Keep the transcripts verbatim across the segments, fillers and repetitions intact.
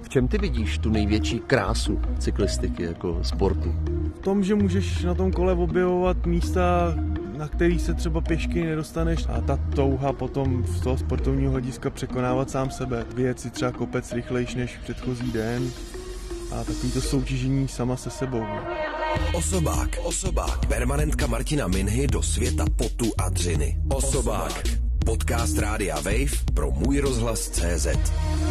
V čem ty vidíš tu největší krásu cyklistiky jako sportu? V tom, že můžeš na tom kole objevovat místa, na který se třeba pěšky nedostaneš, a ta touha potom z toho sportovního hlediska překonávat sám sebe. Vyjet si třeba kopec rychlejš než předchozí den a takový to soutěžení sama se sebou. Osobák, osobák, permanentka Martina Minhy do světa potu a dřiny. Osobák, podcast Rádia Wave pro Můj rozhlas tečka cé zet.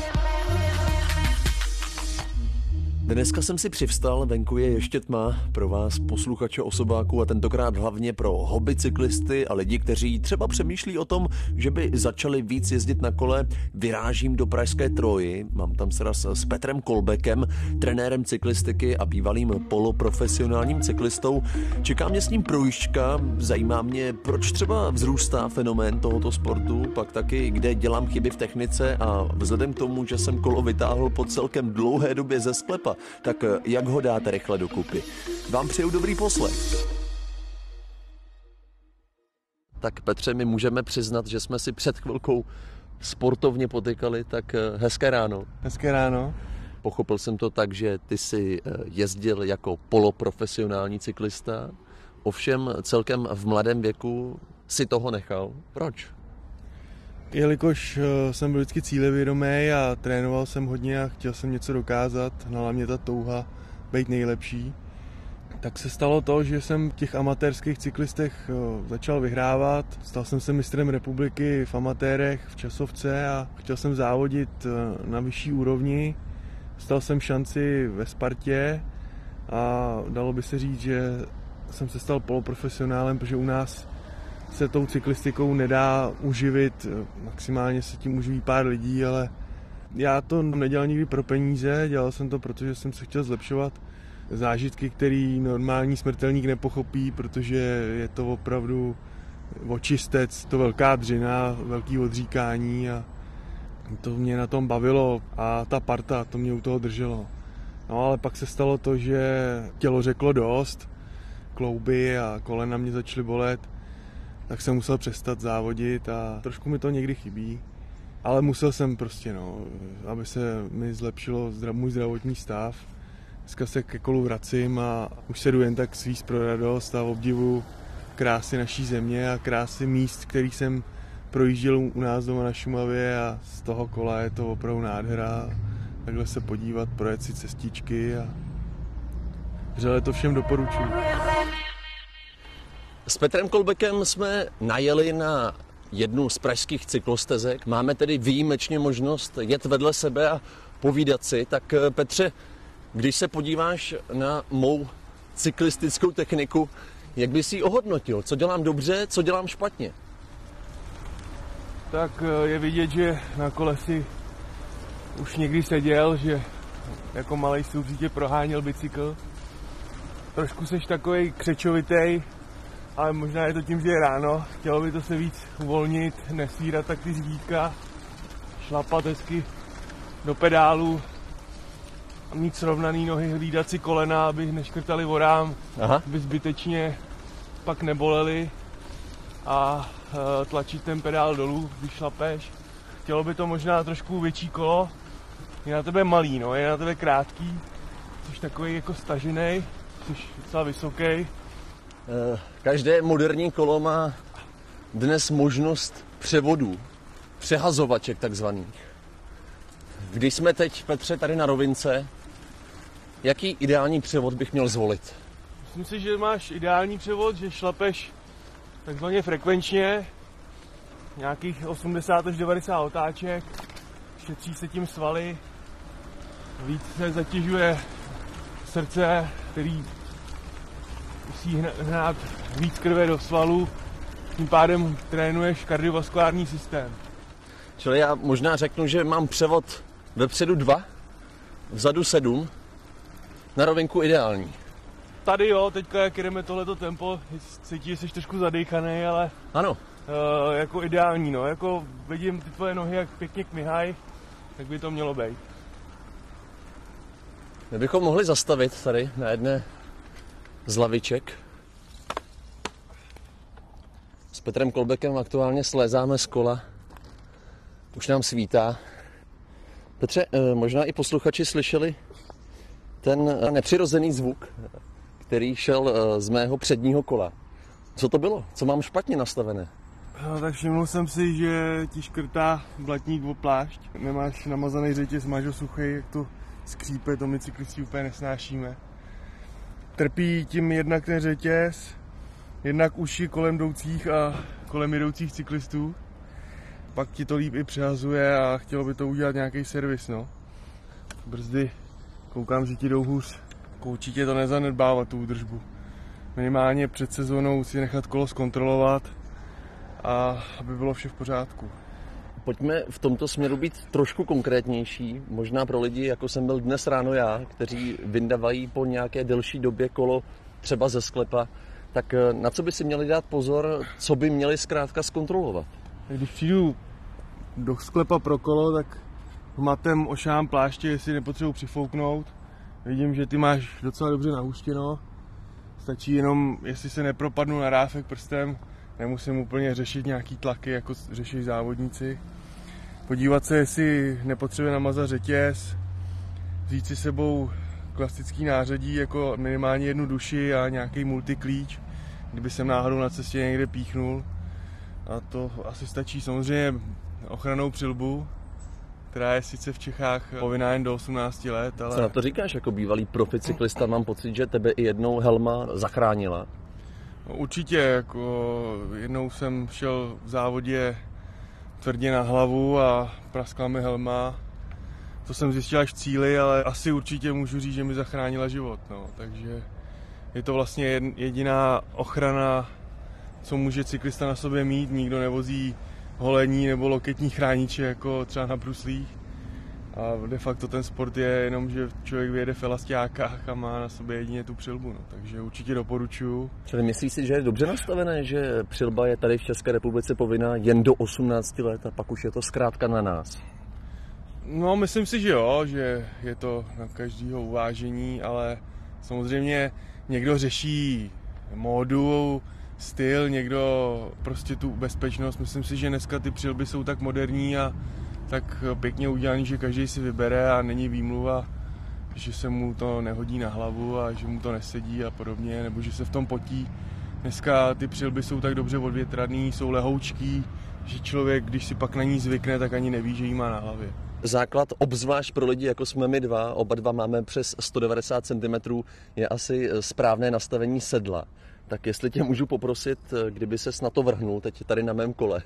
Dneska jsem si přivstal, venku je ještě tma, pro vás posluchače Osobáku a tentokrát hlavně pro hobby cyklisty a lidi, kteří třeba přemýšlí o tom, že by začali víc jezdit na kole. Vyrážím do pražské Troji, mám tam sraz s Petrem Kolbekem, trenérem cyklistiky a bývalým poloprofesionálním cyklistou. Čeká mě s ním projížďka, zajímá mě, proč třeba vzrůstá fenomén tohoto sportu, pak taky, kde dělám chyby v technice a vzhledem k tomu, že jsem kolo vytáhl po celkem dlouhé době ze sklepa, tak jak ho dáte rychle dokupy? Vám přeju dobrý poslech. Tak Petře, my můžeme přiznat, že jsme si před chvilkou sportovně potykali, tak hezké ráno. Hezké ráno. Pochopil jsem to tak, že ty jsi jezdil jako poloprofesionální cyklista, ovšem celkem v mladém věku si toho nechal. Proč? Jelikož jsem byl vždycky cílevědomý a trénoval jsem hodně a chtěl jsem něco dokázat, hnala mě ta touha být nejlepší, tak se stalo to, že jsem v těch amatérských cyklistech začal vyhrávat. Stal jsem se mistrem republiky v amatérech, v časovce a chtěl jsem závodit na vyšší úrovni. Stal jsem šanci ve Spartě a dalo by se říct, že jsem se stal poloprofesionálem, protože u nás se tou cyklistikou nedá uživit, maximálně se tím uživí pár lidí, ale já to nedělal nikdy pro peníze, dělal jsem to, protože jsem se chtěl zlepšovat zážitky, který normální smrtelník nepochopí, protože je to opravdu očistec, to velká dřina, velký odříkání a to mě na tom bavilo a ta parta, to mě u toho drželo. No ale pak se stalo to, že tělo řeklo dost, klouby a kolena mě začaly bolet, tak jsem musel přestat závodit a trošku mi to někdy chybí. Ale musel jsem prostě, no, aby se mi zlepšilo můj zdravotní stav. Dneska se ke kolu vracím a už se jdu jen tak svíst pro radost a obdivu krásy naší země a krásy míst, kterých jsem projížděl u nás doma na Šumavě a z toho kola je to opravdu nádhera. Takhle se podívat, projet si cestičky a vřele to všem doporučuji. S Petrem Kolbekem jsme najeli na jednu z pražských cyklostezek. Máme tedy výjimečně možnost jet vedle sebe a povídat si. Tak Petře, když se podíváš na mou cyklistickou techniku, jak bys ji ohodnotil? Co dělám dobře, co dělám špatně? Tak je vidět, že na kole si už někdy seděl, že jako malej si určitě proháněl bicykl. Trošku seš takovej křečovitej, ale možná je to tím, že je ráno. Chtělo by to se víc uvolnit, nesvírat tak ty řídítka, šlapat hezky do pedálu a mít srovnaný nohy, hlídat si kolena, aby neškrtali vorám, Aha. aby zbytečně pak neboleli a e, tlačit ten pedál dolů, když šlapeš. Chtělo by to možná trošku větší kolo, je na tebe malý, no, je na tebe krátký, jsi takový jako staženej, jsi docela vysoký. Každé moderní kolo má dnes možnost převodů, přehazovaček takzvaných. Když jsme teď, Petře, tady na rovince, jaký ideální převod bych měl zvolit? Myslím si, že máš ideální převod, že šlapeš takzvaně frekvenčně, nějakých osmdesát až devadesát otáček, šetří se tím svaly, víc se zatěžuje srdce, který musí hnát víc krve do svalů, tím pádem trénuješ kardiovaskulární systém. Čili já možná řeknu, že mám převod vepředu dva, vzadu sedm, na rovinku ideální. Tady jo, teďka jak jdeme tohleto tempo, cítí, že jsi trošku zadejchaný, ale ano. Uh, jako ideální, no, jako vidím ty tvoje nohy, jak pěkně kmihají, tak by to mělo být. My bychom mohli zastavit tady na jedné z laviček. S Petrem Kolbekem aktuálně slézáme z kola. Už nám svítá. Petře, možná i posluchači slyšeli ten nepřirozený zvuk, který šel z mého předního kola. Co to bylo? Co mám špatně nastavené? No, tak všiml jsem si, že ti škrtá blatník o plášť. Nemáš namazaný řetěz, máš ho suchý, jak to skřípe, to my cyklisti úplně nesnášíme. Trpí tím jednak ten řetěz, jednak uši kolem jdoucích a kolem jedoucích cyklistů. Pak ti to líp i přehazuje a chtělo by to udělat nějaký servis, no. Brzdy, koukám, že ti jdou hůř. Určitě to nezanedbávat, tu údržbu. Minimálně před sezónou si nechat kolo zkontrolovat a aby bylo vše v pořádku. Pojďme v tomto směru být trošku konkrétnější, možná pro lidi, jako jsem byl dnes ráno já, kteří vyndavají po nějaké delší době kolo třeba ze sklepa, tak na co by si měli dát pozor, co by měli zkrátka zkontrolovat? Když přijdu do sklepa pro kolo, tak hmatem ošám pláště, jestli nepotřebuji přifouknout. Vidím, že ty máš docela dobře nahuštěno. Stačí jenom, jestli se nepropadnu na ráfek prstem, nemusím úplně řešit nějaký tlaky, jako řeší závodníci. Podívat se, jestli nepotřebuje namazat řetěz, vzít si sebou klasický nářadí, jako minimálně jednu duši a nějaký multiklíč, kdyby jsem náhodou na cestě někde píchnul. A to asi stačí. Samozřejmě ochrannou přilbu, která je sice v Čechách povinná jen do osmnácti let, ale... Co na to říkáš jako bývalý profi cyklista? Mám pocit, že tebe i jednou helma zachránila. No, určitě, jako jednou jsem šel v závodě tvrdě na hlavu a praskla mi helma. To jsem zjistil až v cíli, ale asi určitě můžu říct, že mi zachránila život. No. Takže je to vlastně jediná ochrana, co může cyklista na sobě mít. Nikdo nevozí holení nebo loketní chrániče, jako třeba na bruslích. A de facto ten sport je jenom, že člověk vyjede v elastiákách a má na sobě jedině tu přilbu. No. Takže určitě doporučuju. Čili myslíš si, že je dobře nastavené, že přilba je tady v České republice povinná jen do osmnácti let a pak už je to zkrátka na nás? No, myslím si, že jo, že je to na každého uvážení, ale samozřejmě někdo řeší módu, styl, někdo prostě tu bezpečnost. Myslím si, že dneska ty přilby jsou tak moderní a tak pěkně udělaný, že každý si vybere a není výmluva, že se mu to nehodí na hlavu a že mu to nesedí a podobně, nebo že se v tom potí. Dneska ty přilby jsou tak dobře odvětraný, jsou lehoučký, že člověk, když si pak na ní zvykne, tak ani neví, že jí má na hlavě. Základ, obzvlášť pro lidi, jako jsme my dva, oba dva máme přes sto devadesát centimetrů, je asi správné nastavení sedla. Tak jestli tě můžu poprosit, kdyby ses na to vrhnul, teď tady na mém kole.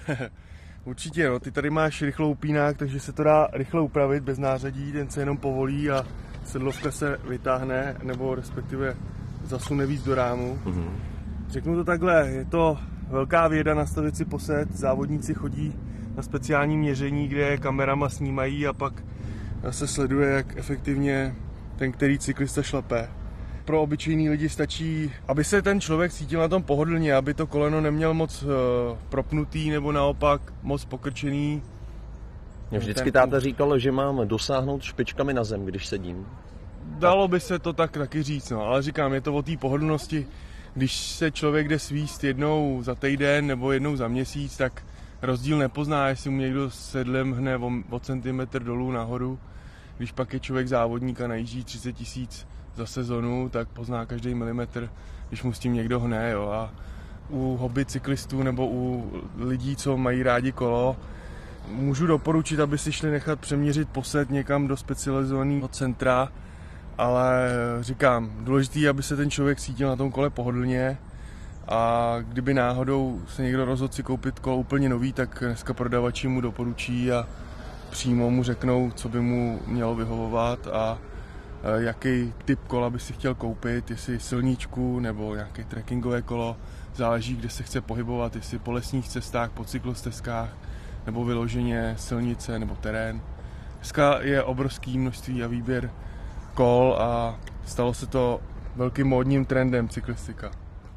Určitě, no, ty tady máš rychlou upínák, takže se to dá rychle upravit bez nářadí, ten se jenom povolí a sedlovka se vytáhne, nebo respektive zasune víc do rámu. Mm-hmm. Řeknu to takhle, je to velká věda nastavit si posed, závodníci chodí na speciální měření, kde kamerama snímají a pak se sleduje, jak efektivně ten který cyklista šlape. Pro obyčejný lidi stačí, aby se ten člověk cítil na tom pohodlně, aby to koleno neměl moc uh, propnutý nebo naopak moc pokrčený. Mě vždycky táta říkal, že mám dosáhnout špičkami na zem, když sedím. Dalo by se to tak taky říct, no, ale říkám, je to o té pohodlnosti. Když se člověk jde svíst jednou za týden nebo jednou za měsíc, tak rozdíl nepozná, jestli mu někdo sedlem hne o, o centimetr dolů nahoru. Když pak je člověk závodník a najíždí třicet tisíc za sezonu, tak pozná každý milimetr, když mu s tím někdo hne. Jo. A u hobby cyklistů nebo u lidí, co mají rádi kolo, můžu doporučit, aby si šli nechat přeměřit posed někam do specializovaného centra, ale říkám, důležité je, aby se ten člověk cítil na tom kole pohodlně a kdyby náhodou se někdo rozhodl si koupit kolo úplně nový, tak dneska prodavači mu doporučí a přímo mu řeknou, co by mu mělo vyhovovat a jaký typ kola by si chtěl koupit, jestli silničku nebo nějaké trekkingové kolo, záleží, kde se chce pohybovat, jestli po lesních cestách, po cyklostezkách nebo vyloženě silnice nebo terén. Dneska je obrovský množství a výběr kol a stalo se to velkým módním trendem cyklistika.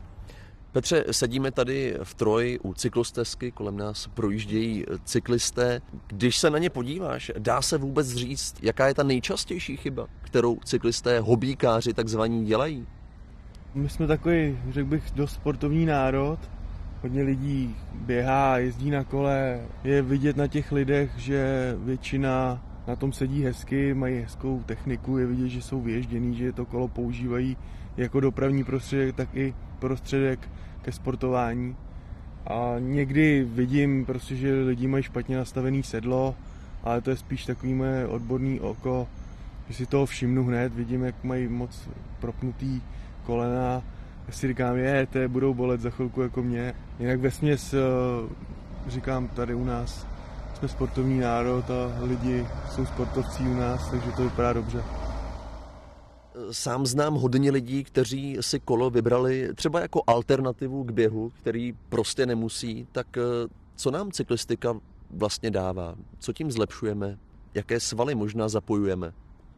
Petře, sedíme tady v Troji u cyklostezky, kolem nás projíždějí cyklisté. Když se na ně podíváš, dá se vůbec říct, jaká je ta nejčastější chyba, kterou cyklisté, hobíkáři takzvaní dělají? My jsme takový, řekl bych, dost sportovní národ. Hodně lidí běhá, jezdí na kole. Je vidět na těch lidech, že většina na tom sedí hezky, mají hezkou techniku, je vidět, že jsou vyježděný, že to kolo používají jako dopravní prostředek, tak i prostředek ke sportování. A někdy vidím prostě, že lidi mají špatně nastavený sedlo, ale to je spíš takový moje odborný oko, že si toho všimnu hned, vidím, jak mají moc propnutý kolena, já si říkám, je, te budou bolet za chvilku jako mě. Jinak vesměs říkám, tady u nás jsme sportovní národ a lidi jsou sportovci u nás, takže to vypadá dobře. Sám znám hodně lidí, kteří si kolo vybrali třeba jako alternativu k běhu, který prostě nemusí. Tak co nám cyklistika vlastně dává? Co tím zlepšujeme? Jaké svaly možná zapojujeme?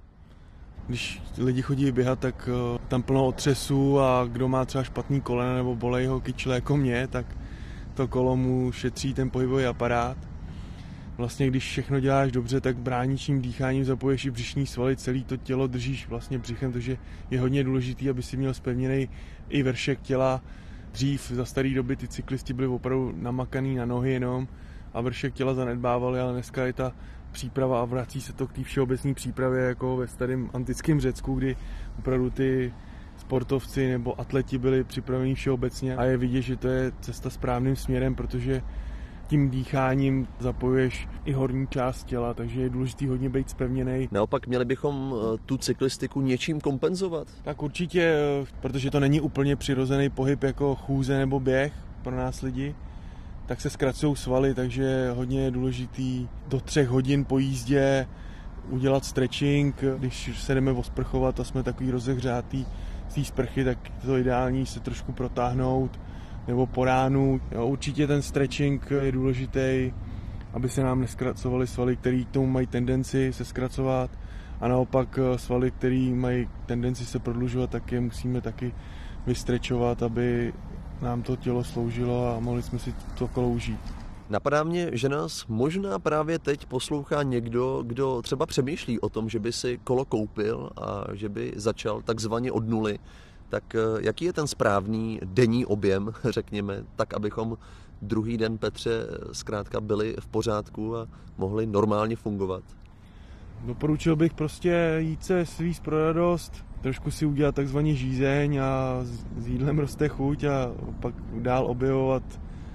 Když lidi chodí běhat, tak tam plno otřesů a kdo má třeba špatný kolena nebo bolej ho kyčle jako mě, tak to kolo mu šetří ten pohybový aparát. Vlastně když všechno děláš dobře, tak bráničním dýcháním zapoješ i břišní svaly, celé to tělo držíš vlastně břichem, takže je hodně důležitý, aby si měl zpevněný i vršek těla. Dřív za starý doby ty cyklisti byli opravdu namakaný na nohy jenom a vršek těla zanedbávali, ale dneska je ta příprava a vrací se to k té všeobecné přípravě jako ve starém antickém Řecku, kdy opravdu ty sportovci nebo atleti byli připraveni všeobecně a je vidět, že to je cesta správným směrem, protože tím dýcháním zapojuješ i horní část těla, takže je důležitý hodně být zpevněnej. Naopak měli bychom tu cyklistiku něčím kompenzovat? Tak určitě, protože to není úplně přirozený pohyb jako chůze nebo běh pro nás lidi, tak se zkracují svaly, takže hodně je důležitý do třech hodin po jízdě udělat stretching. Když se jdeme osprchovat a jsme takový rozehřátý z té sprchy, tak to ideální se trošku protáhnout nebo po ránu. Jo, určitě ten stretching je důležitý, aby se nám neskracovaly svaly, které k tomu mají tendenci se zkracovat, a naopak svaly, které mají tendenci se prodlužovat, tak je musíme taky vystrečovat, aby nám to tělo sloužilo a mohli jsme si to kolo užít. Napadá mě, že nás možná právě teď poslouchá někdo, kdo třeba přemýšlí o tom, že by si kolo koupil a že by začal takzvaně od nuly. Tak jaký je ten správný denní objem, řekněme, tak abychom druhý den, Petře, zkrátka byli v pořádku a mohli normálně fungovat? Doporučil bych prostě jít se svízt pro radost, trošku si udělat takzvaně žízeň a s jídlem roste chuť a pak dál objevovat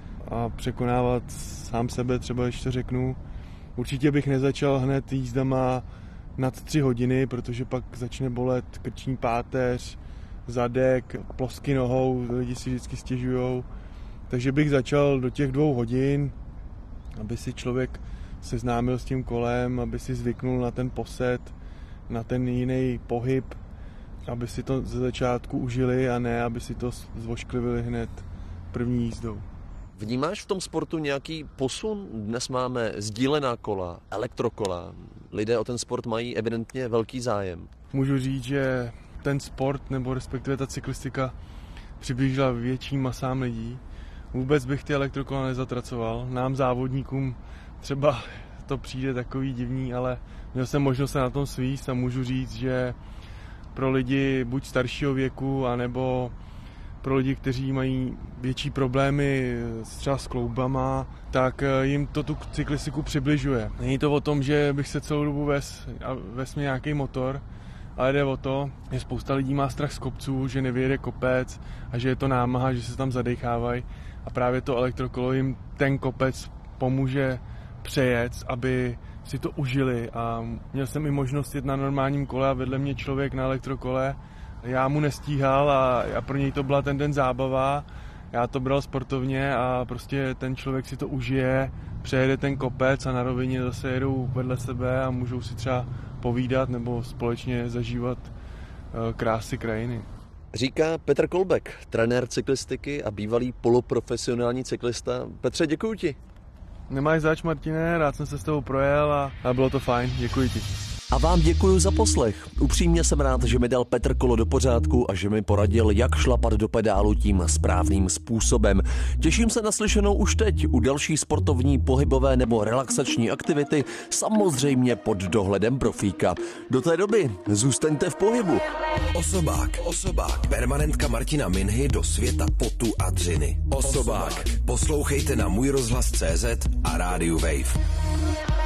a překonávat sám sebe, třeba když to řeknu. Určitě bych nezačal hned jízdama nad tři hodiny, protože pak začne bolet krční páteř, zadek, plosky nohou, lidi si vždycky stěžujou. Takže bych začal do těch dvou hodin, aby si člověk seznámil s tím kolem, aby si zvyknul na ten posed, na ten jiný pohyb, aby si to ze začátku užili a ne, aby si to zvošklivili hned první jízdou. Vnímáš v tom sportu nějaký posun? Dnes máme sdílená kola, elektrokola. Lidé o ten sport mají evidentně velký zájem. Můžu říct, že ten sport, nebo respektive ta cyklistika, přiblížila větším masám lidí. Vůbec bych ty elektrokola nezatracoval. Nám závodníkům třeba to přijde takový divný, ale měl jsem možnost se na tom svíst a můžu říct, že pro lidi buď staršího věku, anebo pro lidi, kteří mají větší problémy třeba s kloubama, tak jim to tu cyklistiku přibližuje. Není to o tom, že bych se celou dobu ves a ves mě nějaký motor, ale jde o to, že spousta lidí má strach z kopců, že nevyjede kopec a že je to námaha, že se tam zadechávají, a právě to elektrokolo jim ten kopec pomůže přejet, aby si to užili. A měl jsem i možnost jít na normálním kole a vedle mě člověk na elektrokole. Já mu nestíhal a, a pro něj to byla ten den zábava. Já to bral sportovně a prostě ten člověk si to užije, přejede ten kopec a na rovině zase jedou vedle sebe a můžou si třeba povídat nebo společně zažívat krásy krajiny. Říká Petr Kolbek, trenér cyklistiky a bývalý poloprofesionální cyklista. Petře, děkuju ti. Nemáš zač, Martine, rád jsem se s tebou projel a, a bylo to fajn, děkuji ti. A vám děkuju za poslech. Upřímně jsem rád, že mi dal Petr kolo do pořádku a že mi poradil, jak šlapat do pedálu tím správným způsobem. Těším se na slyšenou už teď u další sportovní, pohybové nebo relaxační aktivity, samozřejmě pod dohledem profíka. Do té doby zůstaňte v pohybu. Osobák, osobák, permanentka Martina Minhy do světa potu a dřiny. Osobák. Poslouchejte na můj rozhlas tečka cé zet a rádiu Wave.